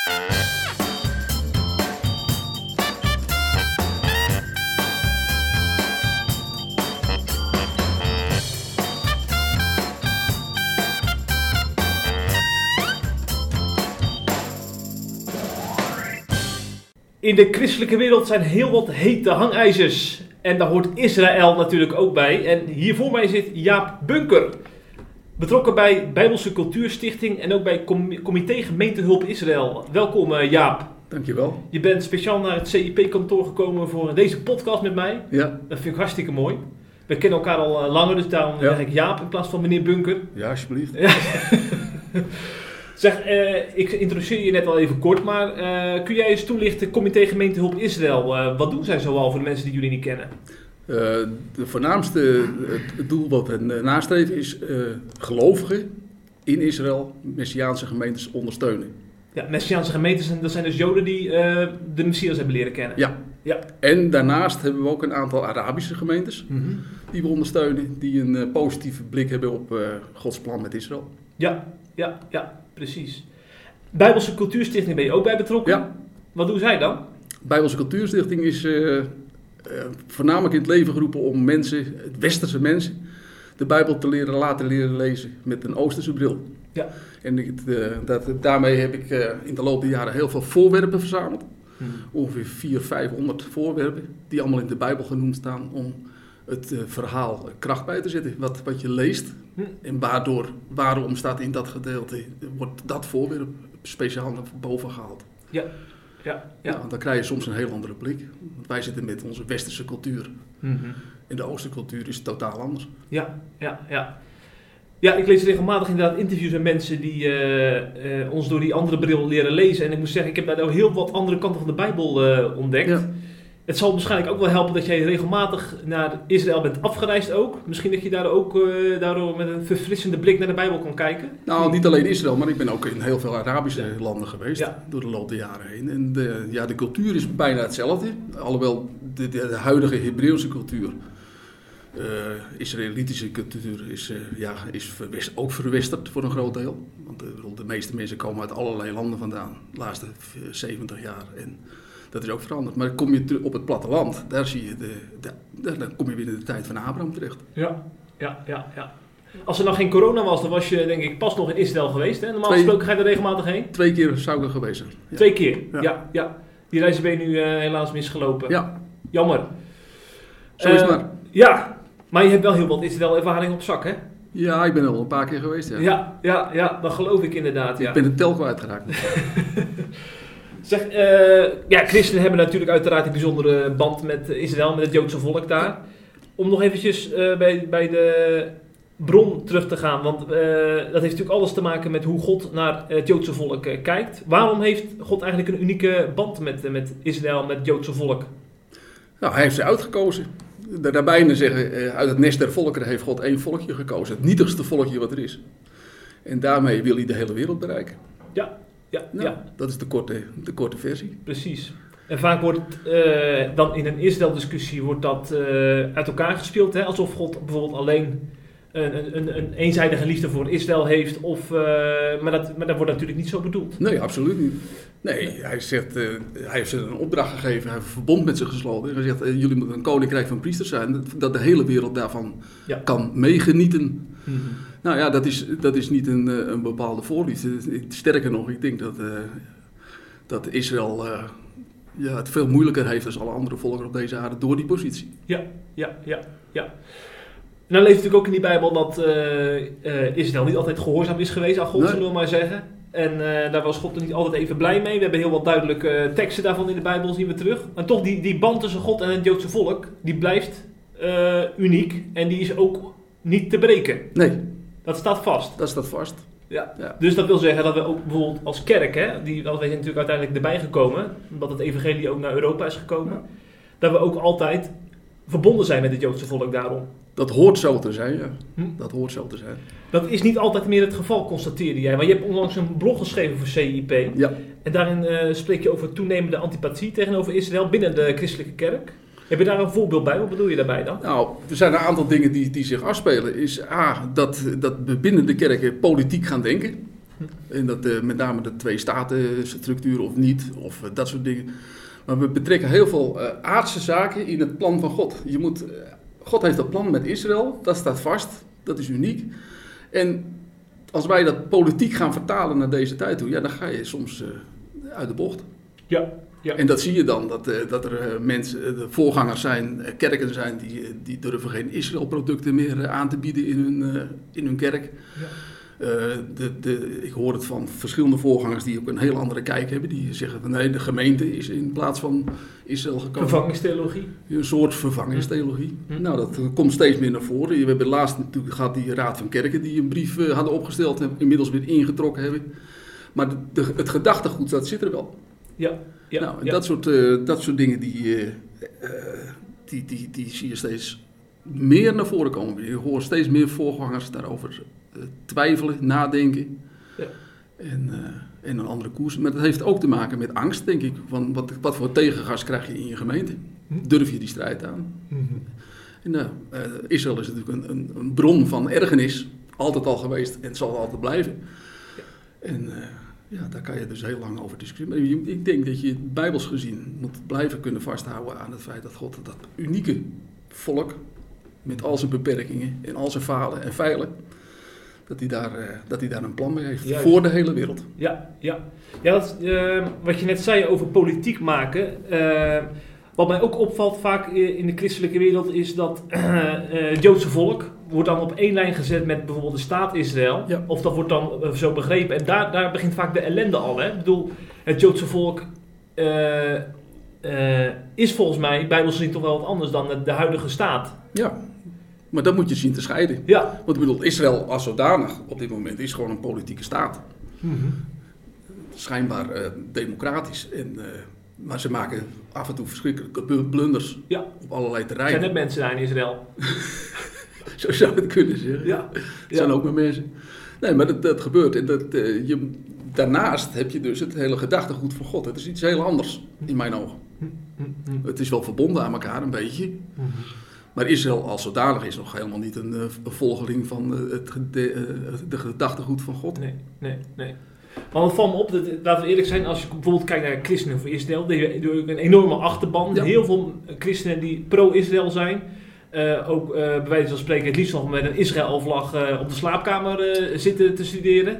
In de christelijke wereld zijn heel wat hete hangijzers. En daar hoort Israël natuurlijk ook bij. En hier voor mij zit Jaap Bunker. Betrokken bij Bijbelse Cultuurstichting en ook bij Comité Gemeentehulp Israël. Welkom Jaap. Dankjewel. Je bent speciaal naar het CIP-kantoor gekomen voor deze podcast met mij. Ja. Dat vind ik hartstikke mooi. We kennen elkaar al langer, dus daarom zeg ik Jaap in plaats van meneer Bunker. Ja, alsjeblieft. Ja. Zeg, ik introduceer je net al even kort, maar kun jij eens toelichten, Comité Gemeentehulp Israël, wat doen zij zoal voor de mensen die jullie niet kennen? De voornaamste het doel wat we nastreven is gelovigen in Israël, Messiaanse gemeentes ondersteunen. Ja, Messiaanse gemeentes, dat zijn dus Joden die de Messias hebben leren kennen. Ja. En daarnaast hebben we ook een aantal Arabische gemeentes die we ondersteunen, die een positieve blik hebben op Gods plan met Israël. Ja, precies. Bijbelse Cultuurstichting ben je ook bij betrokken? Ja. Wat doen zij dan? Bijbelse Cultuurstichting is voornamelijk in het leven geroepen om mensen, westerse mensen, de Bijbel te laten leren lezen met een Oosterse bril. Ja. En daarmee heb ik in de loop der jaren heel veel voorwerpen verzameld. Ongeveer 400-500 voorwerpen die allemaal in de Bijbel genoemd staan om het verhaal kracht bij te zetten. Wat je leest en waarom staat in dat gedeelte, wordt dat voorwerp speciaal naar boven gehaald. Ja, want dan krijg je soms een heel andere blik. Want wij zitten met onze westerse cultuur. En de oosterse cultuur is totaal anders. Ja, ik lees regelmatig inderdaad interviews met mensen die ons door die andere bril leren lezen. En ik moet zeggen, ik heb daar heel wat andere kanten van de Bijbel ontdekt. Ja. Het zal waarschijnlijk ook wel helpen dat jij regelmatig naar Israël bent afgereisd ook. Misschien dat je daar ook daardoor met een verfrissende blik naar de Bijbel kan kijken. Nou, niet alleen Israël, maar ik ben ook in heel veel Arabische landen geweest door de loop der jaren heen. En de cultuur is bijna hetzelfde. Alhoewel de huidige Hebreeuwse cultuur, Israëlitische cultuur is ook verwesterd voor een groot deel. Want de meeste mensen komen uit allerlei landen vandaan, de laatste 70 jaar. En dat is ook veranderd. Maar kom je op het platteland, daar zie je dan kom je weer in de tijd van Abraham terecht. Ja. Als er nog geen corona was, dan was je denk ik pas nog in Israël geweest. Hè? Normaal gesproken ga je er regelmatig heen. 2 keer zou ik er geweest zijn. Ja. 2 keer? Ja. Die reizen ben je nu helaas misgelopen. Ja. Jammer. Zo is het maar. Ja, maar je hebt wel heel wat Israël-ervaring op zak, hè? Ja, ik ben er wel een paar keer geweest, Ja, dat geloof ik inderdaad, ja. Ik ben het tel kwijtgeraakt. Zeg, christenen hebben natuurlijk uiteraard een bijzondere band met Israël, met het Joodse volk daar. Om nog eventjes bij de bron terug te gaan, want dat heeft natuurlijk alles te maken met hoe God naar het Joodse volk kijkt. Waarom heeft God eigenlijk een unieke band met Israël, met het Joodse volk? Nou, hij heeft ze uitgekozen. Daarbij zeggen, uit het nest der volkeren heeft God 1 volkje gekozen. Het nietigste volkje wat er is. En daarmee wil hij de hele wereld bereiken. Ja. Dat is de korte versie. Precies. En vaak wordt dan in een Israël-discussie wordt dat uit elkaar gespeeld. Hè? Alsof God bijvoorbeeld alleen een eenzijdige liefde voor Israël heeft. Maar dat wordt natuurlijk niet zo bedoeld. Nee, absoluut niet. Nee, hij heeft ze een opdracht gegeven. Hij heeft een verbond met ze gesloten. Hij zegt, jullie moeten een koninkrijk van priesters zijn. Dat de hele wereld daarvan kan meegenieten. Nou ja, dat is niet een bepaalde voorliefde. Sterker nog, ik denk dat Israël het veel moeilijker heeft dan alle andere volken op deze aarde door die positie. Ja. Nou leest natuurlijk ook in die Bijbel dat Israël niet altijd gehoorzaam is geweest aan God, zullen we maar zeggen. En daar was God er niet altijd even blij mee. We hebben heel wat duidelijke teksten daarvan in de Bijbel, zien we terug. En toch, die band tussen God en het Joodse volk, die blijft uniek. En die is ook niet te breken. Nee. Dat staat vast. Dat staat vast. Ja. Dus dat wil zeggen dat we ook bijvoorbeeld als kerk, wij zijn natuurlijk uiteindelijk erbij gekomen, omdat het evangelie ook naar Europa is gekomen, dat we ook altijd verbonden zijn met het Joodse volk daarom. Dat hoort zo te zijn, ja. Dat hoort zo te zijn. Dat is niet altijd meer het geval, constateerde jij. Maar je hebt onlangs een blog geschreven voor CIP. Ja. En daarin spreek je over toenemende antipathie tegenover Israël binnen de christelijke kerk. Heb je daar een voorbeeld bij? Wat bedoel je daarbij dan? Nou, er zijn een aantal dingen die zich afspelen. Is dat we binnen de kerken politiek gaan denken. En dat met name de twee-staten-structuur of niet, of dat soort dingen. Maar we betrekken heel veel aardse zaken in het plan van God. God heeft dat plan met Israël, dat staat vast, dat is uniek. En als wij dat politiek gaan vertalen naar deze tijd toe, dan ga je soms uit de bocht. Ja. En dat zie je dan, dat er mensen, de voorgangers zijn, kerken zijn, die durven geen Israël-producten meer aan te bieden in hun kerk. Ja. Ik hoor het van verschillende voorgangers die ook een heel andere kijk hebben. Die zeggen van nee, de gemeente is in plaats van Israël gekomen. Vervangingstheologie? Een soort vervangingstheologie. Nou, dat komt steeds meer naar voren. We hebben laatst natuurlijk gehad die Raad van Kerken die een brief hadden opgesteld en inmiddels weer ingetrokken hebben. Maar het gedachtegoed, dat zit er wel. Ja. Dat soort dingen die zie je steeds meer naar voren komen. Je hoort steeds meer voorgangers daarover twijfelen, nadenken. Ja. En een andere koers. Maar dat heeft ook te maken met angst, denk ik. Van wat voor tegengas krijg je in je gemeente? Durf je die strijd aan? En Israël is natuurlijk een bron van ergernis. Altijd al geweest en zal altijd blijven. Ja. En daar kan je dus heel lang over discussiëren. Maar ik denk dat je bijbels gezien moet blijven kunnen vasthouden aan het feit dat God dat unieke volk, met al zijn beperkingen en al zijn falen en feilen, dat hij daar een plan mee heeft. Juist. Voor de hele wereld. Ja, wat je net zei over politiek maken. Wat mij ook opvalt vaak in de christelijke wereld is dat het Joodse volk wordt dan op één lijn gezet met bijvoorbeeld de staat Israël. Ja. Of dat wordt dan zo begrepen. En daar begint vaak de ellende al. Hè? Ik bedoel, het Joodse volk is volgens mij bijbels gezien toch wel wat anders dan de huidige staat. Ja, maar dat moet je zien te scheiden. Ja. Want ik bedoel, Israël als zodanig op dit moment is gewoon een politieke staat. Mm-hmm. Schijnbaar democratisch. Maar ze maken af en toe verschrikkelijke blunders op allerlei terreinen. Zijn er mensen daar in Israël? Zo zou je het kunnen zeggen. Ja. Het zijn ook maar mensen. Nee, maar dat gebeurt. En daarnaast heb je dus het hele gedachtegoed van God. Het is iets heel anders in mijn ogen. Het is wel verbonden aan elkaar een beetje. Maar Israël als zodanig is nog helemaal niet een volgeling van de gedachtegoed van God. Nee. Maar het valt me op, laten we eerlijk zijn, als je bijvoorbeeld kijkt naar christenen voor Israël, die hebben een enorme achterban. Ja. Heel veel christenen die pro-Israël zijn. Ook bij wijze van spreken het liefst nog met een Israël-vlag op de slaapkamer zitten te studeren.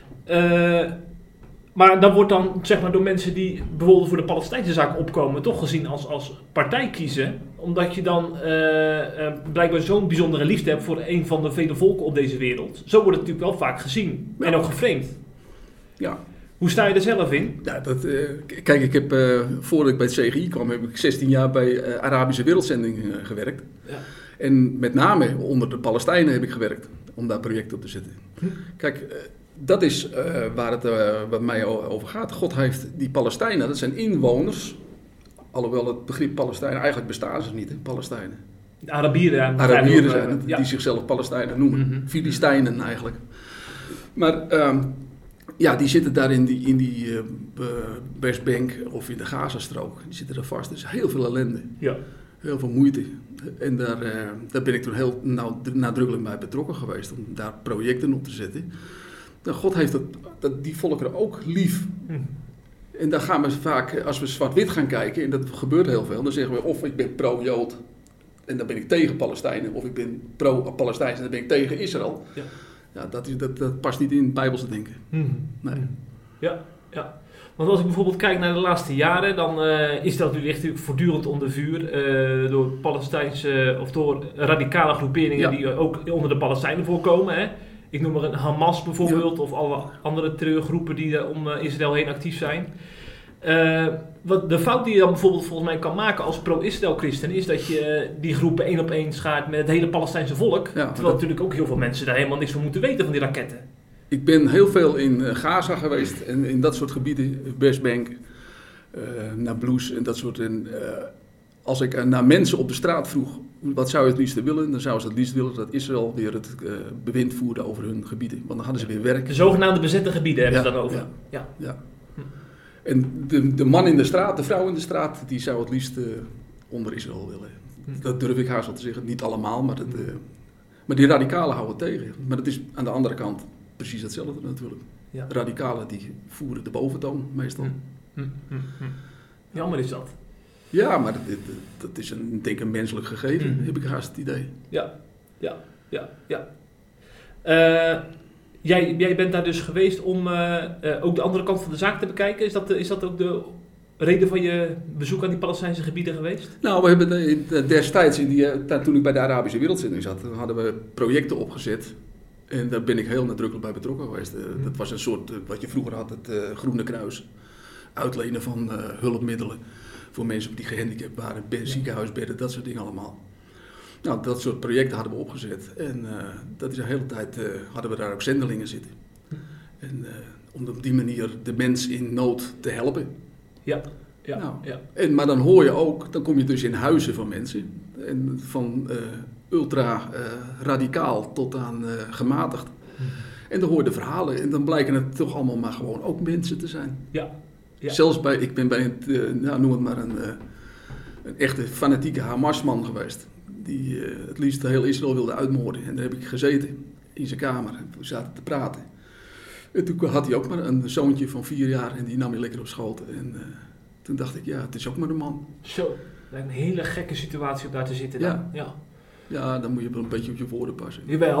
Maar dat wordt dan zeg maar door mensen die bijvoorbeeld voor de Palestijnse zaak opkomen toch gezien als partij kiezen. Omdat je dan blijkbaar zo'n bijzondere liefde hebt voor een van de vele volken op deze wereld. Zo wordt het natuurlijk wel vaak gezien en ook geframed. Ja. Hoe sta je er zelf in? Ja, kijk, ik heb voordat ik bij het CGI kwam, heb ik 16 jaar bij Arabische Wereldzending gewerkt. Ja. En met name onder de Palestijnen heb ik gewerkt om daar projecten op te zetten. Kijk, dat is waar het wat mij over gaat. God heeft die Palestijnen, dat zijn inwoners, alhoewel het begrip Palestijnen, eigenlijk bestaan ze niet, hè, Palestijnen. De Arabieren zijn het, die zichzelf Palestijnen noemen. Filistijnen eigenlijk. Maar die zitten daar in die Westbank of in de Gazastrook. Die zitten er vast. Dus heel veel ellende. Ja. Heel veel moeite. En daar ben ik toen heel nadrukkelijk bij betrokken geweest. Om daar projecten op te zetten. God heeft die volkeren ook lief. En daar gaan we vaak, als we zwart-wit gaan kijken, en dat gebeurt heel veel, dan zeggen we of ik ben pro-Jood en dan ben ik tegen Palestijnen, of ik ben pro-Palestijns en dan ben ik tegen Israël. Ja. Ja, dat past niet in het Bijbelse denken. Nee. Ja. Want als ik bijvoorbeeld kijk naar de laatste jaren, dan is dat natuurlijk voortdurend onder vuur door Palestijnse of door radicale groeperingen die ook onder de Palestijnen voorkomen. Hè? Ik noem maar een Hamas bijvoorbeeld, of alle andere terreurgroepen die om Israël heen actief zijn. De fout die je dan bijvoorbeeld volgens mij kan maken als pro-Israël christen is dat je die groepen 1 op 1 schaart met het hele Palestijnse volk. Ja, terwijl natuurlijk ook heel veel mensen daar helemaal niks van moeten weten van die raketten. Ik ben heel veel in Gaza geweest en in dat soort gebieden, Westbank, Nablus en dat soort. Als ik naar mensen op de straat vroeg, wat zou je het liefst willen? Dan zouden ze het liefst willen dat Israël weer het bewind voerde over hun gebieden. Want dan hadden ze weer werk. De zogenaamde bezette gebieden hebben ze dan over. Ja. En de man in de straat, de vrouw in de straat, die zou het liefst onder Israël willen. Dat durf ik haast wel te zeggen. Niet allemaal, maar die radicalen houden tegen. Maar dat is aan de andere kant precies hetzelfde natuurlijk. Ja. Radicalen die voeren de boventoon meestal. Jammer is dat. Ja, maar dat is denk ik een menselijk gegeven, heb ik haast het idee. Ja. Jij bent daar dus geweest om ook de andere kant van de zaak te bekijken. Is dat ook de reden van je bezoek aan die Palestijnse gebieden geweest? Nou, we hebben destijds, toen ik bij de Arabische Wereldzending zat, hadden we projecten opgezet. En daar ben ik heel nadrukkelijk bij betrokken geweest. Dat was een soort, wat je vroeger had, het Groene Kruis. Uitlenen van hulpmiddelen voor mensen die gehandicapt waren, ziekenhuisbedden, dat soort dingen allemaal. Nou, dat soort projecten hadden we opgezet. En dat is de hele tijd, hadden we daar ook zendelingen zitten. En om op die manier de mens in nood te helpen. Ja. Maar dan hoor je ook, dan kom je dus in huizen van mensen. En van ultra radicaal tot aan gematigd. En dan hoor je de verhalen en dan blijken het toch allemaal maar gewoon ook mensen te zijn. Ja. Zelfs ik ben bij noem het maar een echte fanatieke Hamas-man geweest. Die het liefst heel Israël wilde uitmoorden. En daar heb ik gezeten in zijn kamer. En we zaten te praten. En toen had hij ook maar een zoontje van 4 jaar en die nam je lekker op schoot. En toen dacht ik, ja, het is ook maar een man. Zo, lijkt een hele gekke situatie om daar te zitten. Ja, dan moet je wel een beetje op je woorden passen. Jawel.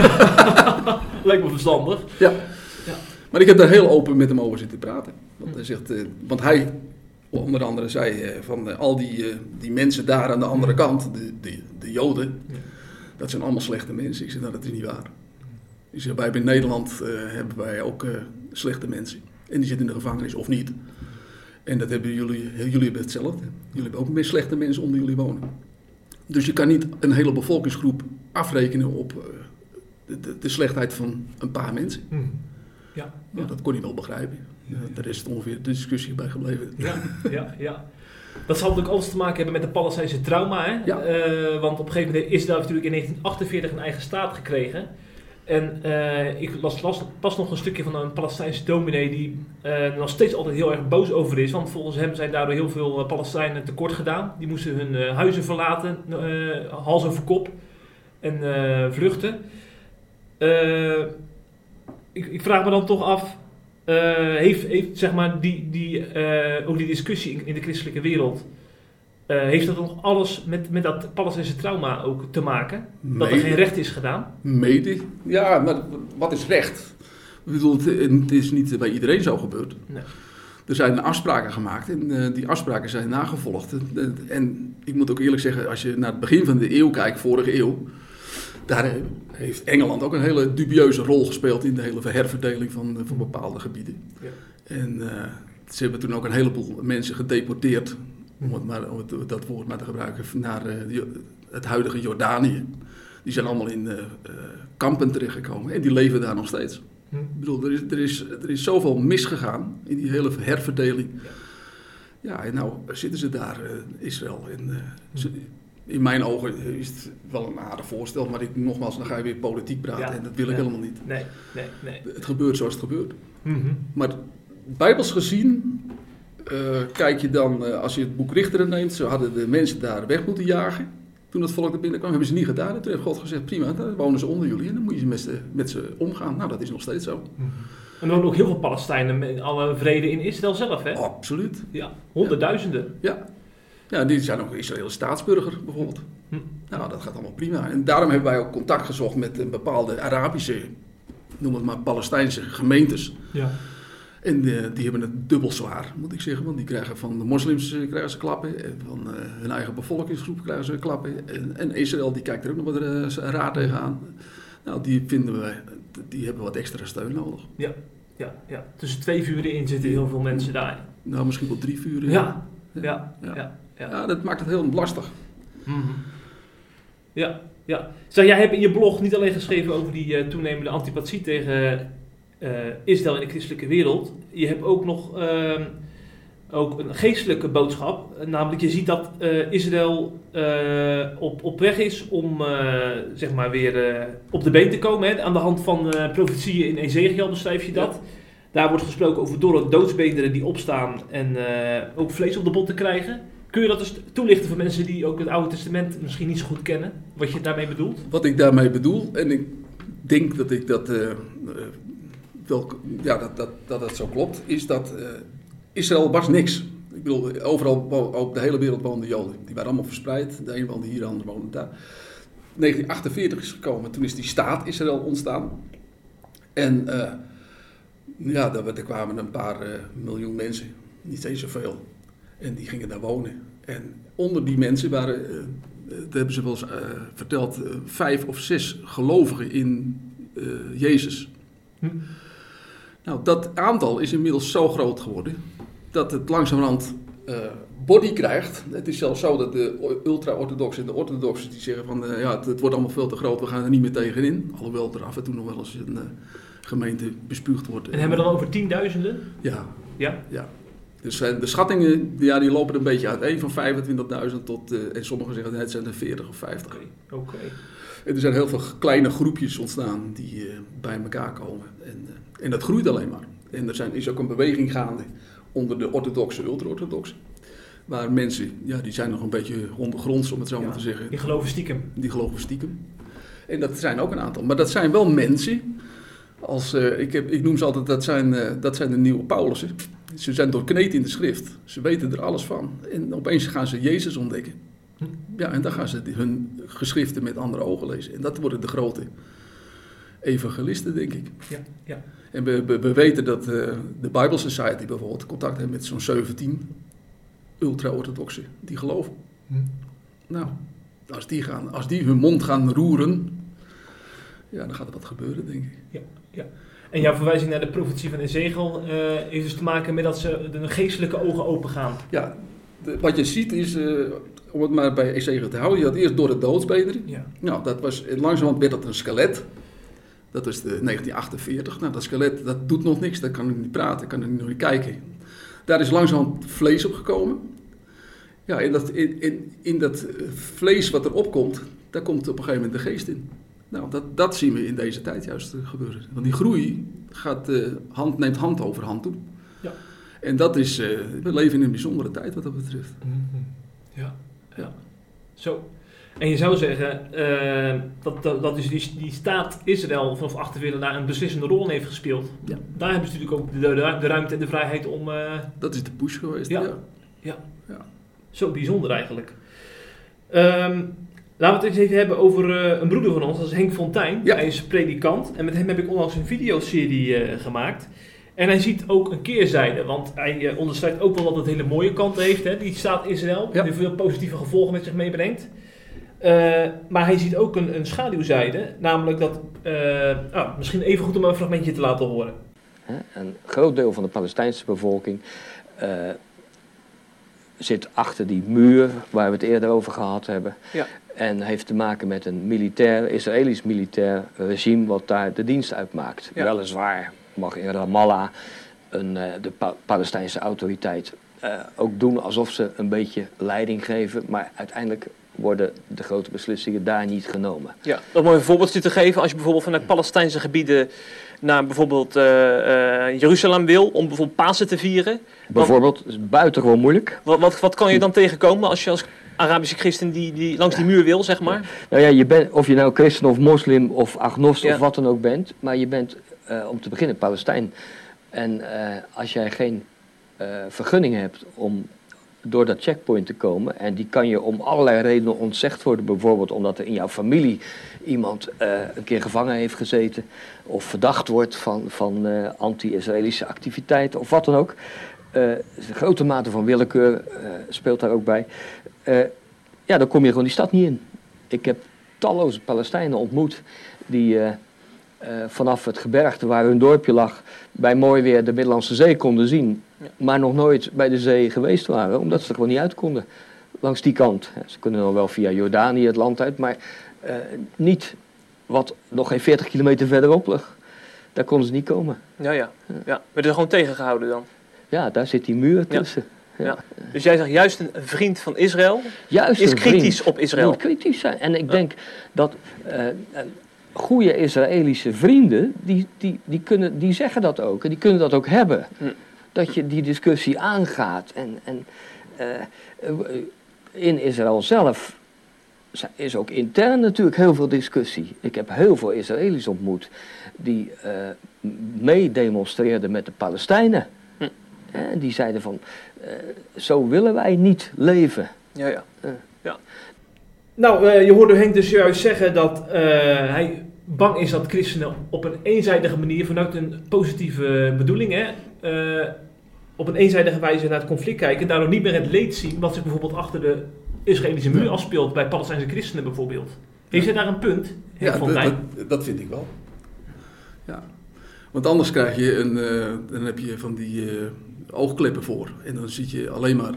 Lijkt me verstandig. Ja. Maar ik heb daar heel open met hem over zitten praten. Want hij zegt, want hij onder andere zei van al die mensen daar aan de andere kant, de Joden, dat zijn allemaal slechte mensen. Ik zei, nou, dat is niet waar. Ik zeg, wij in Nederland hebben wij ook slechte mensen. En die zitten in de gevangenis of niet. En dat hebben jullie hebben hetzelfde. Jullie hebben ook meer slechte mensen onder jullie wonen. Dus je kan niet een hele bevolkingsgroep afrekenen op de slechtheid van een paar mensen. Ja. Dat kon hij wel begrijpen. Daar is het ongeveer de discussie bij gebleven. Ja. Dat zal natuurlijk alles te maken hebben met de Palestijnse trauma. Hè? Ja. Want op een gegeven moment is Israël natuurlijk in 1948 een eigen staat gekregen. En ik las pas nog een stukje van een Palestijnse dominee die nog steeds altijd heel erg boos over is. Want volgens hem zijn daardoor heel veel Palestijnen tekort gedaan. Die moesten hun huizen verlaten, hals over kop en vluchten. Ik vraag me dan toch af, heeft zeg maar ook die discussie in de christelijke wereld, heeft dat nog alles met dat Palestijnse trauma ook te maken? Dat er geen recht is gedaan? Mede. Ja, maar wat is recht? Ik bedoel, het is niet bij iedereen zo gebeurd. Nee. Er zijn afspraken gemaakt en die afspraken zijn nagevolgd. En ik moet ook eerlijk zeggen, als je naar het begin van de eeuw kijkt, vorige eeuw, daar heeft Engeland ook een hele dubieuze rol gespeeld in de hele herverdeling van bepaalde gebieden. Ja. En ze hebben toen ook een heleboel mensen gedeporteerd, om dat woord maar te gebruiken, naar het huidige Jordanië. Die zijn allemaal in kampen terechtgekomen en die leven daar nog steeds. Ik bedoel, er is zoveel misgegaan in die hele herverdeling. Ja, en nou zitten ze daar, Israël. En, in mijn ogen is het wel een aardig voorstel, maar nogmaals, dan ga je weer politiek praten en dat wil ik helemaal niet. Nee. Het gebeurt zoals het gebeurt. Maar bijbels gezien, kijk je dan, als je het boek Richteren neemt, zo hadden de mensen daar weg moeten jagen. Toen het volk er binnenkwam, hebben ze niet gedaan. En toen heeft God gezegd, prima, dan wonen ze onder jullie en dan moet je met ze omgaan. Nou, dat is nog steeds zo. En er wonen ook heel veel Palestijnen met alle vrede in Israël zelf, hè? Absoluut. Ja, honderdduizenden. Ja, die zijn ook Israëlische staatsburger bijvoorbeeld. Nou, dat gaat allemaal prima. En daarom hebben wij ook contact gezocht met een bepaalde Arabische, noem het maar Palestijnse gemeentes. Ja. En die hebben het dubbel zwaar, moet ik zeggen. Want die krijgen van de moslims krijgen klappen. En van hun eigen bevolkingsgroep krijgen ze klappen. En Israël die kijkt er ook nog wat raar tegenaan. Nou, die hebben wat extra steun nodig. Ja. Tussen 2 vuren in zitten heel veel mensen daar. Nou, misschien wel 3 vuren. Ja, dat maakt het heel lastig. Ja. Zeg, jij hebt in je blog niet alleen geschreven over die toenemende antipathie tegen Israël in de christelijke wereld. Je hebt ook nog ook een geestelijke boodschap. Namelijk, je ziet dat Israël op weg is om zeg maar weer op de been te komen. Hè? Aan de hand van profetieën in Ezekiel beschrijf je dat. Ja. Daar wordt gesproken over dorre doodsbeenderen die opstaan en ook vlees op de botten krijgen. Kun je dat dus toelichten voor mensen die ook het Oude Testament misschien niet zo goed kennen? Wat je daarmee bedoelt? Wat ik daarmee bedoel, en denk dat ik dat, dat het zo klopt, is dat Israël was niks. Ik bedoel, overal op de hele wereld woonden Joden. Die waren allemaal verspreid. De een woonde hier, de ander woonde daar. 1948 is gekomen, toen is die staat Israël ontstaan. En er kwamen een paar miljoen mensen, niet eens zoveel. En die gingen daar wonen. En onder die mensen waren, dat hebben ze wel eens verteld, 5 of 6 gelovigen in Jezus. Nou, dat aantal is inmiddels zo groot geworden dat het langzamerhand body krijgt. Het is zelfs zo dat de ultra-orthodoxen en de orthodoxen die zeggen van het wordt allemaal veel te groot, we gaan er niet meer tegenin. Alhoewel er af en toe nog wel eens een gemeente bespuugd wordt. En hebben we dan over tienduizenden? Ja. Dus de schattingen die lopen een beetje uiteen van 25.000 tot, en sommigen zeggen het zijn er 40 of 50. Oké. En er zijn heel veel kleine groepjes ontstaan die bij elkaar komen. En dat groeit alleen maar. En is ook een beweging gaande onder de orthodoxe, ultra-orthodoxen. Waar mensen, die zijn nog een beetje ondergronds om het zo maar te zeggen. Die geloven stiekem. En dat zijn ook een aantal. Maar dat zijn wel mensen, ik noem ze altijd, dat zijn de nieuwe Paulussen. Ze zijn doorkneed in de schrift. Ze weten er alles van. En opeens gaan ze Jezus ontdekken. Ja, en dan gaan ze hun geschriften met andere ogen lezen. En dat worden de grote evangelisten, denk ik. Ja. En we weten dat de Bible Society bijvoorbeeld contact heeft met zo'n 17 ultra-orthodoxen die geloven. Nou, als die hun mond gaan roeren, dan gaat er wat gebeuren, denk ik. Ja. En jouw verwijzing naar de profetie van Ezekiel heeft dus te maken met dat ze de geestelijke ogen open gaan. Ja, wat je ziet is, om het maar bij Ezekiel te houden, je had eerst door het doodsbeenderen. Ja. Nou, langzamerhand werd dat een skelet. Dat was 1948. Nou, dat skelet, dat doet nog niks. Dat kan nog niet praten, kan er nog niet kijken. Daar is langzamerhand vlees op gekomen. Ja, in dat vlees wat erop komt, daar komt op een gegeven moment de geest in. Nou, dat zien we in deze tijd juist gebeuren. Want die groei neemt hand over hand toe. Ja. En dat is, we leven in een bijzondere tijd wat dat betreft. Ja. Zo. En je zou zeggen dat dus die staat Israël vanaf 48 daar een beslissende rol in heeft gespeeld. Ja. Daar hebben ze natuurlijk ook de ruimte en de vrijheid om... Dat is de push geweest, ja. Zo bijzonder eigenlijk. Laten we het eens even hebben over een broeder van ons, dat is Henk Fontijn. Ja. Hij is predikant en met hem heb ik onlangs een videoserie gemaakt. En hij ziet ook een keerzijde, want hij onderstreept ook wel dat het hele mooie kanten heeft, hè, die staat Israël, die veel positieve gevolgen met zich meebrengt. Maar hij ziet ook een schaduwzijde, namelijk dat, misschien even goed om een fragmentje te laten horen. Een groot deel van de Palestijnse bevolking zit achter die muur waar we het eerder over gehad hebben. Ja. En heeft te maken met een Israëlisch militair regime wat daar de dienst uitmaakt. Ja. Weliswaar mag in Ramallah de Palestijnse autoriteit ook doen alsof ze een beetje leiding geven, maar uiteindelijk worden de grote beslissingen daar niet genomen. Ja, om een voorbeeldje te geven, als je bijvoorbeeld vanuit Palestijnse gebieden naar bijvoorbeeld Jeruzalem wil, om bijvoorbeeld Pasen te vieren. Bijvoorbeeld, is buitengewoon moeilijk. Wat kan je dan tegenkomen als je als Arabische christen die langs die muur wil, zeg maar? Nou ja, of je nou christen of moslim of agnost of wat dan ook bent, maar je bent om te beginnen Palestijn. En als jij geen vergunning hebt om door dat checkpoint te komen, en die kan je om allerlei redenen ontzegd worden, bijvoorbeeld omdat er in jouw familie iemand een keer gevangen heeft gezeten of verdacht wordt van anti-Israëlische activiteiten of wat dan ook. Een grote mate van willekeur speelt daar ook bij. Dan kom je gewoon die stad niet in. Ik heb talloze Palestijnen ontmoet die vanaf het gebergte waar hun dorpje lag bij mooi weer de Middellandse Zee konden zien, maar nog nooit bij de zee geweest waren, omdat ze er gewoon niet uit konden langs die kant. Ze kunnen dan wel via Jordanië het land uit, maar niet wat nog geen 40 kilometer verderop lag. Daar konden ze niet komen. Ja. Werden er gewoon tegengehouden dan? Ja, daar zit die muur tussen. Ja. Dus jij zegt juist een vriend van Israël is kritisch op Israël. Moet kritisch zijn. En ik denk dat goede Israëlische vrienden, die zeggen dat ook. En die kunnen dat ook hebben. Dat je die discussie aangaat. En in Israël zelf is ook intern natuurlijk heel veel discussie. Ik heb heel veel Israëli's ontmoet die meedemonstreerden met de Palestijnen. En die zeiden van, zo willen wij niet leven. Ja. Nou, je hoorde Henk dus juist zeggen dat hij bang is dat christenen op een eenzijdige manier, vanuit een positieve bedoeling, op een eenzijdige wijze naar het conflict kijken en daardoor niet meer het leed zien wat zich bijvoorbeeld achter de Israëlische muur afspeelt bij Palestijnse christenen bijvoorbeeld. Heeft hij daar een punt, Henk Fontijn? Dat vind ik wel. Ja. Want anders krijg je dan heb je van die oogkleppen voor en dan zie je alleen maar...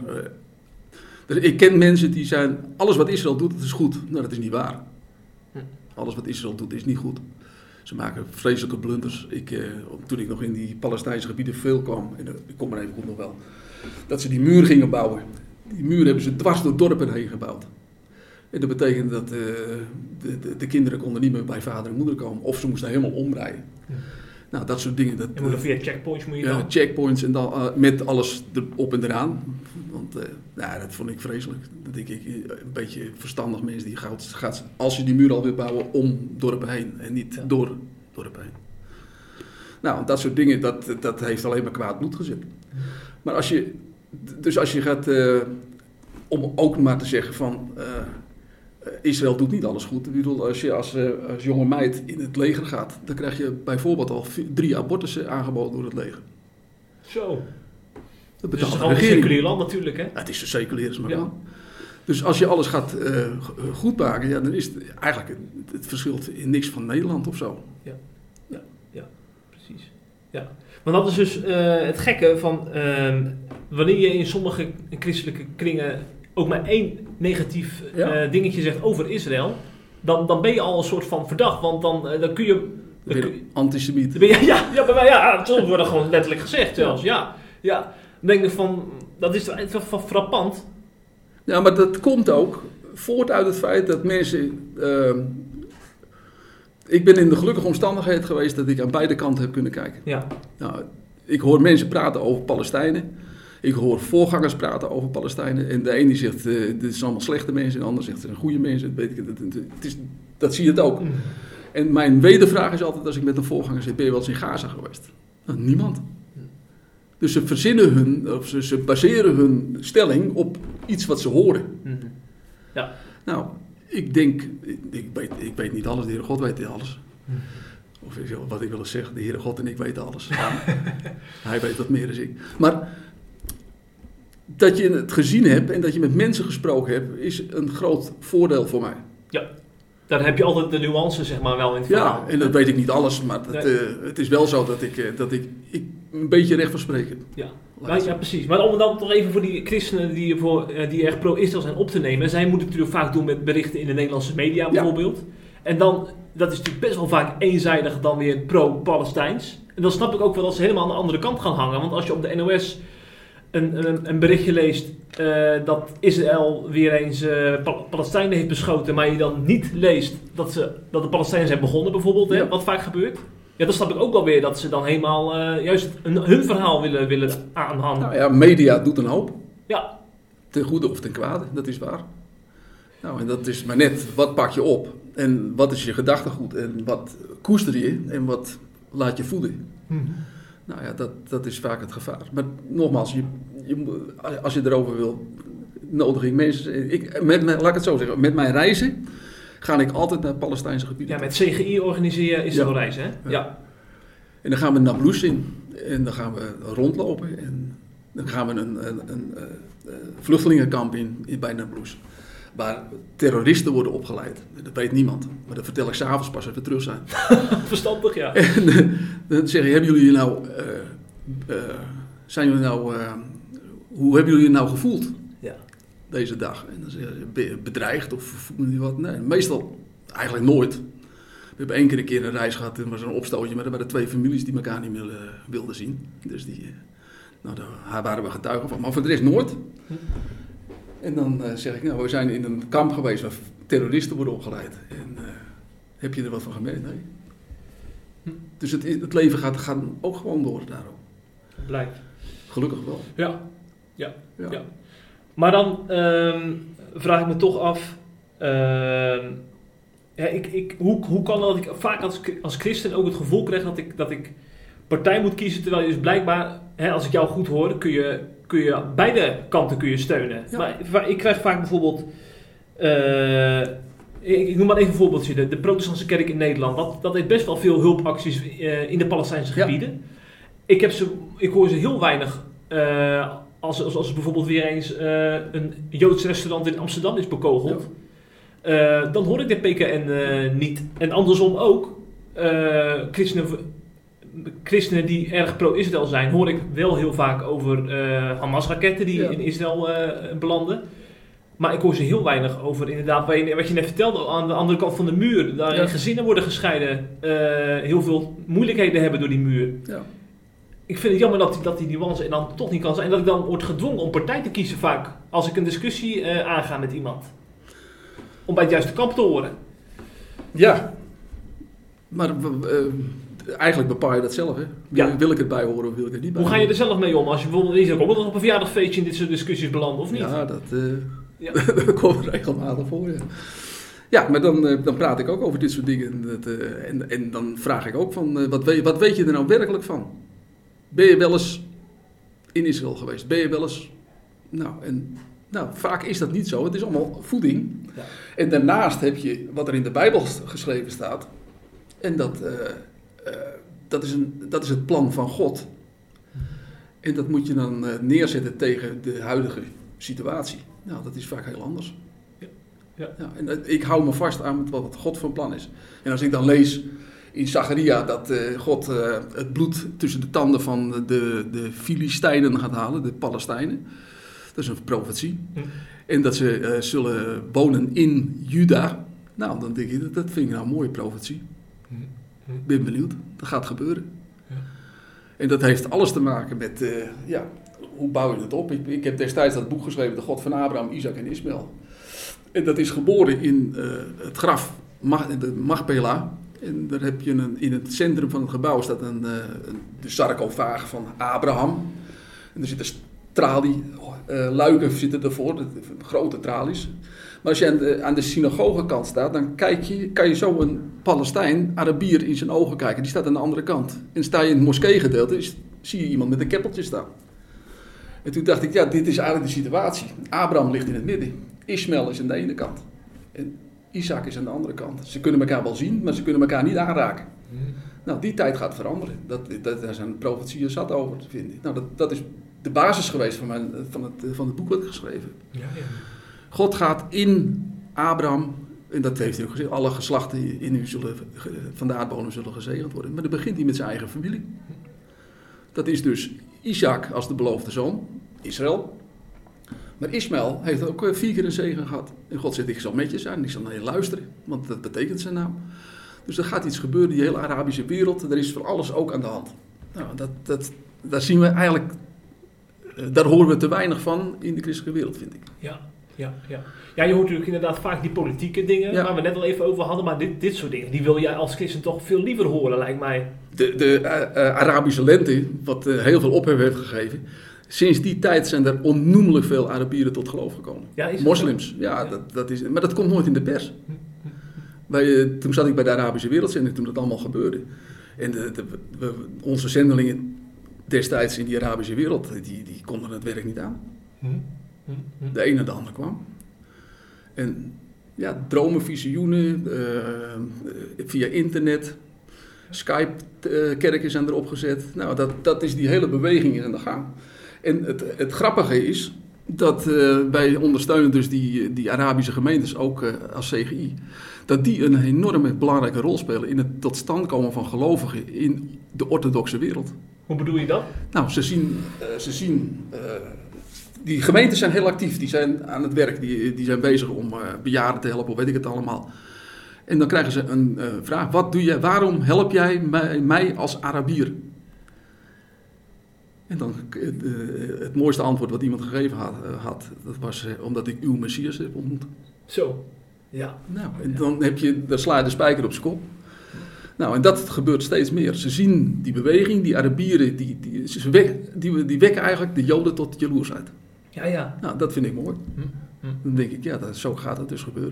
ik ken mensen die zijn, alles wat Israël doet, dat is goed. Nou, dat is niet waar. Alles wat Israël doet, is niet goed. Ze maken vreselijke blunders. Toen ik nog in die Palestijnse gebieden veel kwam, en ik kom er even goed nog wel, dat ze die muur gingen bouwen. Die muur hebben ze dwars door dorpen heen gebouwd. En dat betekende dat de kinderen konden niet meer bij vader en moeder komen. Of ze moesten helemaal omrijden. Nou, dat soort dingen. En moet via checkpoints moet je dan? Ja, checkpoints en dan met alles erop en eraan. Want dat vond ik vreselijk. Dat denk ik, een beetje verstandig mensen die gaat, als je die muur al wil bouwen, om dorpen heen. En niet door dorpen heen. Nou, dat soort dingen, dat heeft alleen maar kwaad bloed gezet. Maar als je gaat, om ook maar te zeggen van... Israël doet niet alles goed. Ik bedoel, als je als jonge meid in het leger gaat, dan krijg je bijvoorbeeld al 3 abortussen aangeboden door het leger. Zo. Dat dus het is betaalt al een seculier land natuurlijk, hè? Ja, het is zo seculier als maar kan. Dus als je alles gaat goed maken, dan is het eigenlijk het verschilt in niks van Nederland of zo. Ja, precies. Ja. Maar dat is dus het gekke van wanneer je in sommige christelijke kringen ook maar één negatief dingetje zegt over Israël, dan ben je al een soort van verdacht, want dan kun je... Antisemiet. Soms wordt dat gewoon letterlijk gezegd zelfs, ja. Dan denk ik van, dat is toch frappant. Ja, maar dat komt ook voort uit het feit dat mensen... ik ben in de gelukkige omstandigheid geweest dat ik aan beide kanten heb kunnen kijken. Ja. Nou, ik hoor mensen praten over Palestijnen. Ik hoor voorgangers praten over Palestijnen. En de ene zegt, dit zijn allemaal slechte mensen. En de ander zegt, het zijn goede mensen. Dat zie je het ook. En mijn wedervraag is altijd, als ik met een voorganger zit, ben je wel eens in Gaza geweest? Nou, niemand. Dus ze verzinnen ze baseren hun stelling op iets wat ze horen. Ja. Nou, ik denk, ik weet niet alles, de Heere God weet alles. Of wat ik wil zeggen, de Heere God en ik weten alles. Ja, hij weet wat meer dan ik. Maar dat je het gezien hebt en dat je met mensen gesproken hebt, is een groot voordeel voor mij. Ja, daar heb je altijd de nuance, zeg maar, wel in het verhaal. Ja, en dat weet ik niet alles, maar het is wel zo dat ik een beetje recht van spreken heb. Ja, precies. Maar om dan toch even voor die christenen die echt pro-Israël zijn op te nemen. Zij moeten het natuurlijk vaak doen met berichten in de Nederlandse media bijvoorbeeld. En dan, dat is natuurlijk best wel vaak eenzijdig dan weer pro-Palestijns. En dan snap ik ook wel dat ze helemaal aan de andere kant gaan hangen. Want als je op de NOS een berichtje leest dat Israël weer eens Palestijnen heeft beschoten, maar je dan niet leest dat de Palestijnen zijn begonnen bijvoorbeeld, wat vaak gebeurt. Ja, dan snap ik ook wel weer dat ze dan helemaal juist hun verhaal willen aanhangen. Nou ja, media doet een hoop. Ja. Ten goede of ten kwade, dat is waar. Nou, en dat is maar net, wat pak je op? En wat is je gedachtegoed? En wat koester je? En wat laat je voeden? Nou ja, dat is vaak het gevaar. Maar nogmaals, als je erover wil, nodig ik mensen... laat ik het zo zeggen, met mijn reizen ga ik altijd naar Palestijnse gebieden. Ja, met CGI organiseren is er wel reizen, hè? Ja. En dan gaan we naar Nablus in. En dan gaan we rondlopen. En dan gaan we een vluchtelingenkamp in bij Nablus. Waar terroristen worden opgeleid. Dat weet niemand. Maar dat vertel ik 's avonds pas als we terug zijn. Verstandig, ja. En dan zeg je, hebben jullie nou... hoe hebben jullie je nou gevoeld? Ja. Deze dag. En dan zeg je, ben je bedreigd of voel je wat? Nee, meestal eigenlijk nooit. We hebben één keer een reis gehad. Er was een opstootje, maar er waren 2 families die elkaar niet meer wilden zien. Dus daar waren we getuigen van. Maar voor de rest nooit. En dan zeg ik, we zijn in een kamp geweest waar terroristen worden opgeleid. En heb je er wat van gemerkt? Nee. Dus het leven gaat ook gewoon door daarom. Blijkt. Gelukkig wel. Ja. Maar dan vraag ik me toch af, Hoe kan dat ik vaak als christen ook het gevoel krijg dat ik partij moet kiezen, terwijl je dus blijkbaar, als ik jou goed hoor, kun je beide kanten kun je steunen. Ja. Maar ik krijg vaak bijvoorbeeld, ik noem maar even een voorbeeldje, de protestantse kerk in Nederland, dat heeft best wel veel hulpacties in de Palestijnse gebieden. Ik hoor ze heel weinig, als bijvoorbeeld weer eens een Joods restaurant in Amsterdam is bekogeld. Ja. Dan hoor ik de PKN niet. En andersom ook, christenen die erg pro-Israël zijn, hoor ik wel heel vaak over Hamas-raketten die in Israël belanden. Maar ik hoor ze heel weinig over, inderdaad, wat je net vertelde, aan de andere kant van de muur. Daar gezinnen worden gescheiden, heel veel moeilijkheden hebben door die muur. Ja. Ik vind het jammer dat die nuance en dan toch niet kan zijn. En dat ik dan word gedwongen om partij te kiezen vaak, als ik een discussie aanga met iemand. Om bij het juiste kamp te horen. Ja, maar eigenlijk bepaal je dat zelf, hè? Wil ik het bijhoren of wil ik het niet bijhoren? Hoe ga je er zelf mee om als je bijvoorbeeld op een verjaardagfeestje in dit soort discussies belandt, of niet? Ja, dat komt regelmatig voor, ja. Ja, maar dan praat ik ook over dit soort dingen. En dan vraag ik ook van, wat weet je er nou werkelijk van? Ben je wel eens in Israël geweest? Ben je wel eens... Nou, vaak is dat niet zo. Het is allemaal voeding. Ja. En daarnaast heb je wat er in de Bijbel geschreven staat. En dat is het plan van God. En dat moet je dan neerzetten tegen de huidige situatie. Nou, dat is vaak heel anders. Ja. En ik hou me vast aan wat God van plan is. En als ik dan lees in Zacharia dat God het bloed tussen de tanden van de Filistijnen gaat halen, de Palestijnen. Dat is een profetie. En dat ze zullen wonen in Juda. Nou, dan denk ik, dat vind ik nou een mooie profetie. Ik ben benieuwd. Dat gaat gebeuren. Ja. En dat heeft alles te maken met, hoe bouw je het op? Ik heb destijds dat boek geschreven, de God van Abraham, Isaac en Ismaël. En dat is geboren in het graf Machpelah. En daar heb je in het centrum van het gebouw staat de sarcofaag van Abraham. En er zitten luiken zitten ervoor, grote tralies. Maar als je aan de synagogekant staat, dan kan je zo een Palestijn, Arabier, in zijn ogen kijken. Die staat aan de andere kant. En sta je in het moskeegedeelte, zie je iemand met een keppeltje staan. En toen dacht ik, dit is eigenlijk de situatie. Abraham ligt in het midden. Ismaël is aan de ene kant. En Isaac is aan de andere kant. Ze kunnen elkaar wel zien, maar ze kunnen elkaar niet aanraken. Nou, die tijd gaat veranderen. Daar zijn profetieën zat over te vinden. Nou, dat is de basis geweest van het boek wat ik geschreven. Ja. God gaat in Abraham, en dat heeft hij ook gezegd, alle geslachten in u van de aardbodem zullen gezegend worden. Maar dan begint hij met zijn eigen familie. Dat is dus Isaac als de beloofde zoon, Israël. Maar Ismaël heeft ook 4 keer een zegen gehad. En God zegt, ik zal met je zijn, ik zal naar je luisteren, want dat betekent zijn naam. Dus er gaat iets gebeuren, die hele Arabische wereld, er is voor alles ook aan de hand. Nou, daar zien we eigenlijk, daar horen we te weinig van in de christelijke wereld, vind ik. Ja, je hoort natuurlijk inderdaad vaak die politieke dingen, waar we net al even over hadden, maar dit soort dingen, die wil jij als christen toch veel liever horen, lijkt mij. De Arabische lente, wat heel veel ophef heeft gegeven, sinds die tijd zijn er onnoemelijk veel Arabieren tot geloof gekomen. Ja, moslims, dat is, maar dat komt nooit in de pers. Toen zat ik bij de Arabische Wereldzender toen dat allemaal gebeurde. En onze zendelingen destijds in die Arabische wereld, die konden het werk niet aan. De ene en de ander kwam. En dromen, visioenen, via internet, Skype-kerken zijn erop gezet. Nou, dat is die hele beweging is aan de gang. En het grappige is dat wij ondersteunen dus die Arabische gemeentes, ook als CGI, dat die een enorme belangrijke rol spelen in het tot stand komen van gelovigen in de orthodoxe wereld. Hoe bedoel je dat? Nou, ze zien die gemeentes zijn heel actief, die zijn aan het werk, die zijn bezig om bejaarden te helpen, of weet ik het allemaal. En dan krijgen ze een vraag, waarom help jij mij als Arabier? En dan het mooiste antwoord wat iemand gegeven had, dat was omdat ik uw Messias heb ontmoet. Zo, ja. Nou, en dan sla je de spijker op zijn kop. Nou, en dat gebeurt steeds meer. Ze zien die beweging, die Arabieren, die wekken eigenlijk de Joden tot jaloersheid. Ja. Nou, dat vind ik mooi. Dan denk ik, zo gaat het dus gebeuren.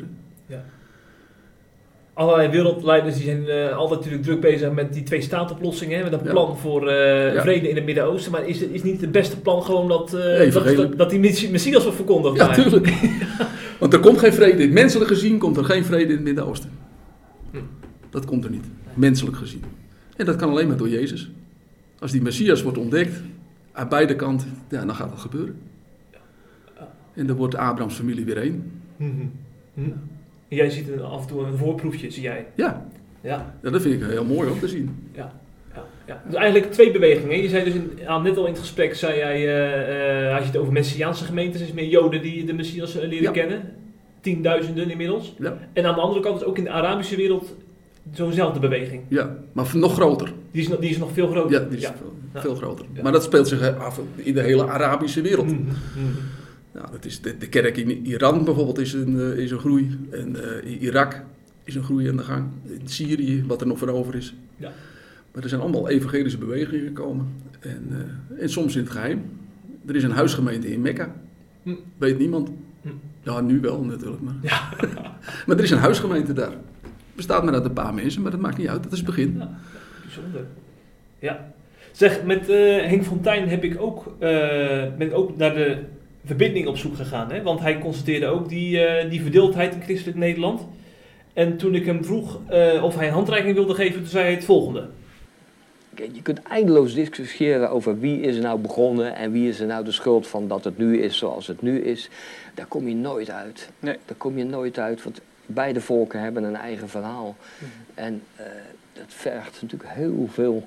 Ja. Allerlei wereldleiders die zijn altijd natuurlijk druk bezig met die 2-staat-oplossing, met een plan voor vrede in het Midden-Oosten. Maar is niet het beste plan gewoon dat die Messias wordt verkondigd? Ja, tuurlijk. Want er komt geen vrede. Menselijk gezien komt er geen vrede in het Midden-Oosten. Dat komt er niet. Menselijk gezien. En dat kan alleen maar door Jezus. Als die Messias wordt ontdekt, aan beide kanten, dan gaat dat gebeuren. En dan wordt Abrahams familie weer één. En jij ziet af en toe een voorproefje, zie jij? Ja, dat vind ik heel mooi om te zien. Ja. Dus eigenlijk 2 bewegingen. Je zei dus net al in het gesprek, zei jij, als je het over Messiaanse gemeentes, is meer Joden die de Messias leren kennen. 10.000 inmiddels. Ja. En aan de andere kant is ook in de Arabische wereld zo'nzelfde beweging. Ja, maar nog groter. Die is nog veel groter. Ja, die is veel groter. Ja. Maar dat speelt zich af in de hele Arabische wereld. Nou, dat is de kerk in Iran bijvoorbeeld is een groei. En in Irak is een groei aan de gang. In Syrië, wat er nog voor over is. Ja. Maar er zijn allemaal evangelische bewegingen gekomen. En soms in het geheim. Er is een huisgemeente in Mekka. Weet niemand. Ja, nu wel natuurlijk. Maar, maar er is een huisgemeente daar. Bestaat maar uit een paar mensen, maar dat maakt niet uit. Dat is het begin. Ja, bijzonder. Ja. Zeg, met Henk Fontijn ben ik ook naar de verbinding op zoek gegaan. Hè? Want hij constateerde ook die verdeeldheid in christelijk Nederland. En toen ik hem vroeg of hij een handreiking wilde geven, toen zei hij het volgende. Je kunt eindeloos discussiëren over wie is er nou begonnen en wie is er nou de schuld van dat het nu is zoals het nu is. Daar kom je nooit uit. Nee. Daar kom je nooit uit, want beide volken hebben een eigen verhaal. En dat vergt natuurlijk heel veel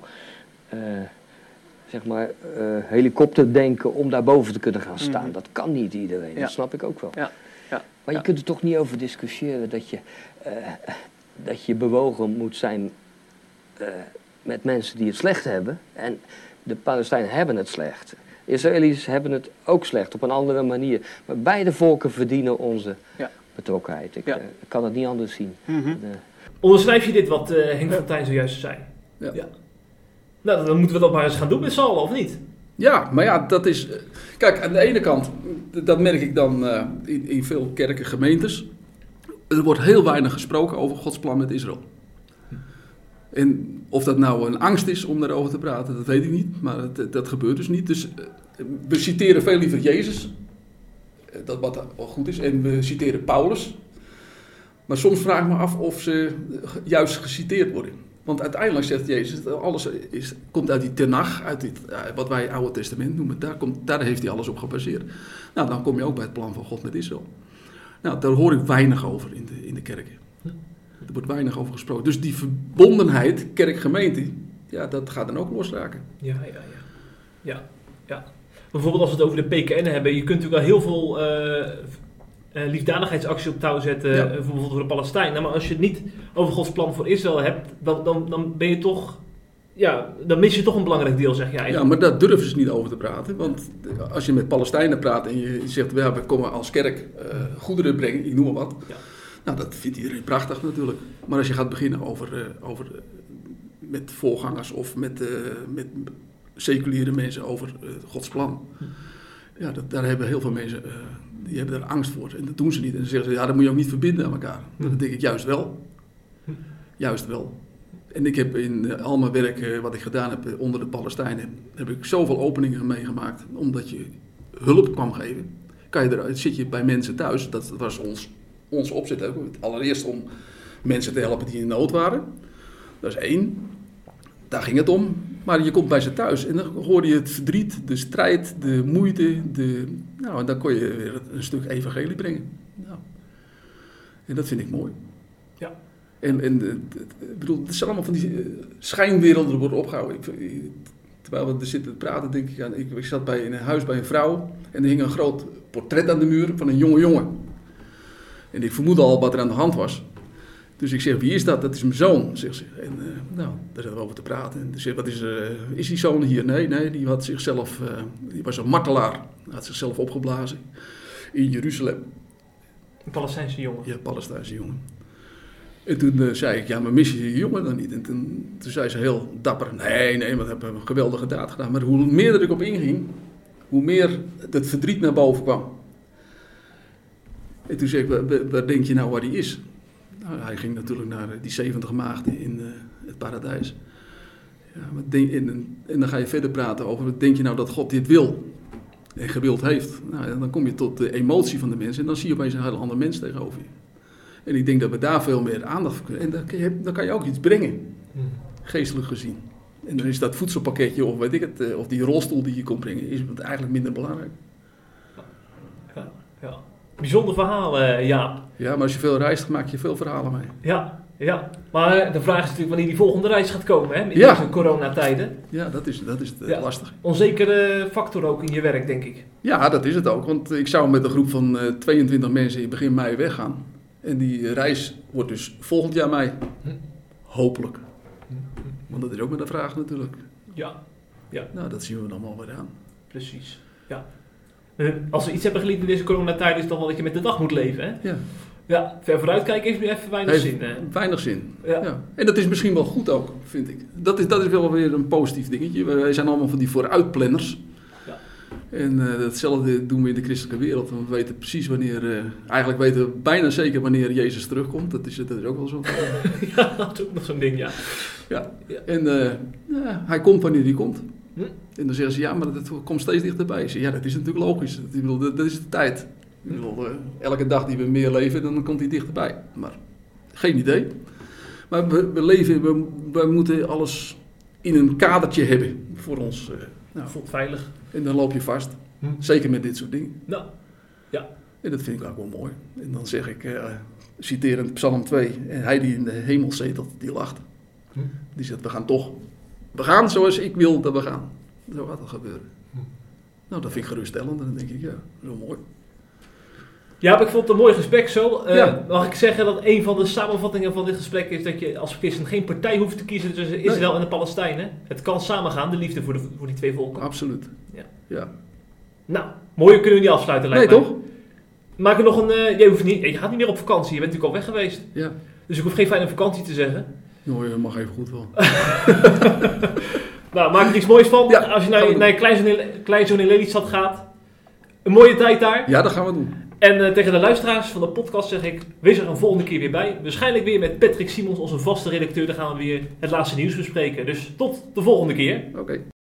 helikopterdenken om daarboven te kunnen gaan staan. Dat kan niet iedereen, dat snap ik ook wel. Ja. Ja. Maar je kunt er toch niet over discussiëren dat je bewogen moet zijn met mensen die het slecht hebben. En de Palestijnen hebben het slecht. Israëli's hebben het ook slecht, op een andere manier. Maar beide volken verdienen onze betrokkenheid. Ik kan het niet anders zien. Onderschrijf je dit wat Henk Fontijn zojuist zei? Ja. Nou, dan moeten we dat maar eens gaan doen met z'n allen, of niet? Ja, maar ja, dat is... Kijk, aan de ene kant, dat merk ik dan in veel kerken, gemeentes. Er wordt heel weinig gesproken over Gods plan met Israël. En of dat nou een angst is om daarover te praten, dat weet ik niet. Maar dat gebeurt dus niet. Dus we citeren veel liever Jezus. Dat wat wel goed is. En we citeren Paulus. Maar soms vraag ik me af of ze juist geciteerd worden. Want uiteindelijk zegt Jezus, alles komt uit die Tenach, uit wat wij het Oude Testament noemen. Daar heeft hij alles op gebaseerd. Nou, dan kom je ook bij het plan van God met Israël. Nou, daar hoor ik weinig over in de kerken. Er wordt weinig over gesproken. Dus die verbondenheid, kerk-gemeente, ja, dat gaat dan ook losraken. Ja. Bijvoorbeeld als we het over de PKN hebben, je kunt natuurlijk wel heel veel liefdadigheidsacties op touw zetten, bijvoorbeeld voor de Palestijnen. Maar als je het niet over Gods plan voor Israël hebt, dan ben je toch... Ja, dan mis je toch een belangrijk deel, zeg jij. Ja, maar daar durven ze niet over te praten. Want als je met Palestijnen praat en je zegt, we komen als kerk goederen brengen, ik noem maar wat. Ja. Nou, dat vindt iedereen prachtig natuurlijk. Maar als je gaat beginnen met voorgangers of met seculiere mensen over Gods plan. Ja, daar hebben heel veel mensen, die hebben daar angst voor. En dat doen ze niet. En dan zeggen ze, ja, dat moet je ook niet verbinden aan elkaar. Dat denk ik juist wel. Juist wel. En ik heb in al mijn werk wat ik gedaan heb onder de Palestijnen, heb ik zoveel openingen meegemaakt. Omdat je hulp kwam geven. Zit je bij mensen thuis, dat was ons opzet ook. Allereerst om mensen te helpen die in nood waren. Dat is 1. Daar ging het om. Maar je komt bij ze thuis en dan hoorde je het verdriet, de strijd, de moeite. En dan kon je weer een stuk evangelie brengen. Nou. En dat vind ik mooi. Ja. En ik bedoel, het zijn allemaal van die schijnwerelden worden opgehouden. Terwijl we er zitten te praten, denk ik aan... Ik zat in een huis bij een vrouw en er hing een groot portret aan de muur van een jonge jongen. En ik vermoedde al wat er aan de hand was. Dus ik zeg, wie is dat? Dat is mijn zoon, zegt ze. En daar zaten we over te praten. En ze zegt, is die zoon hier? Nee, die had zichzelf... die was een martelaar. Hij had zichzelf opgeblazen in Jeruzalem. Een Palestijnse jongen? Ja, Palestijnse jongen. En toen zei ik, ja, maar mis je die jongen dan niet? En toen zei ze heel dapper, nee, we hebben een geweldige daad gedaan. Maar hoe meer er ik op inging, hoe meer het verdriet naar boven kwam. En toen zei ik, waar denk je nou waar die is? Nou, hij ging natuurlijk naar die 70 maagden in het paradijs. Ja, maar en dan ga je verder praten over, denk je nou dat God dit wil en gewild heeft? Nou, dan kom je tot de emotie van de mens en dan zie je opeens een heel ander mens tegenover je. En ik denk dat we daar veel meer aandacht voor kunnen. En dan kan je ook iets brengen, geestelijk gezien. En dan is dat voedselpakketje of weet ik het, of die rolstoel die je komt brengen, is eigenlijk minder belangrijk. Ja. Bijzonder verhaal, Jaap. Ja, maar als je veel reist, maak je veel verhalen mee. Ja. Maar de vraag is natuurlijk wanneer die volgende reis gaat komen, hè? In deze coronatijden. Ja, dat is het lastig. Onzekere factor ook in je werk, denk ik. Ja, dat is het ook. Want ik zou met een groep van 22 mensen in begin mei weggaan. En die reis wordt dus volgend jaar mei. Hopelijk. Want dat is ook maar de vraag natuurlijk. Ja. Nou, dat zien we dan wel weer aan. Precies, ja. Als we iets hebben geleerd in deze coronatijd is het dan wel dat je met de dag moet leven, hè? Ja, ver vooruitkijken heeft nu even weinig zin. Weinig zin, ja. En dat is misschien wel goed ook, vind ik. Dat is wel weer een positief dingetje. Wij zijn allemaal van die vooruitplanners. Ja. En datzelfde doen we in de christelijke wereld. We weten precies wanneer, eigenlijk weten we bijna zeker wanneer Jezus terugkomt. Dat is ook wel zo. Ja, dat is ook nog zo'n ding, ja. En hij komt wanneer hij komt. En dan zeggen ze, ja, maar dat komt steeds dichterbij. Ik zeg, ja, dat is natuurlijk logisch. Dat is de tijd. Elke dag die we meer leven, dan komt hij dichterbij. Maar geen idee. Maar we moeten alles in een kadertje hebben voor ons. Voelt veilig. En dan loop je vast. Zeker met dit soort dingen. Nou, ja. En dat vind ik ook wel mooi. En dan zeg ik, citerend Psalm 2, en hij die in de hemel zetelt, die lacht. Die zegt, we gaan zoals ik wil dat we gaan. Zo gaat het gebeuren. Nou, dat vind ik geruststellend. Dan denk ik, ja, zo mooi. Ja, ik vond het een mooi gesprek zo. Mag ik zeggen dat een van de samenvattingen van dit gesprek is dat je als christen geen partij hoeft te kiezen tussen Israël en de Palestijnen. Het kan samengaan, de liefde voor die twee volken. Absoluut. Ja. Nou, mooier kunnen we niet afsluiten, lijkt mij. Toch? Maak er nog een... je gaat niet meer op vakantie, je bent natuurlijk al weg geweest. Ja. Dus ik hoef geen fijne vakantie te zeggen. Nou, je mag even goed wel. Nou, maak er iets moois van. Ja, als je naar je kleinzoon in Lelystad gaat. Een mooie tijd daar. Ja, dat gaan we doen. En tegen de luisteraars van de podcast zeg ik, wees er een volgende keer weer bij. Waarschijnlijk weer met Patrick Simons, onze vaste redacteur. Dan gaan we weer het laatste nieuws bespreken. Dus tot de volgende keer. Oké.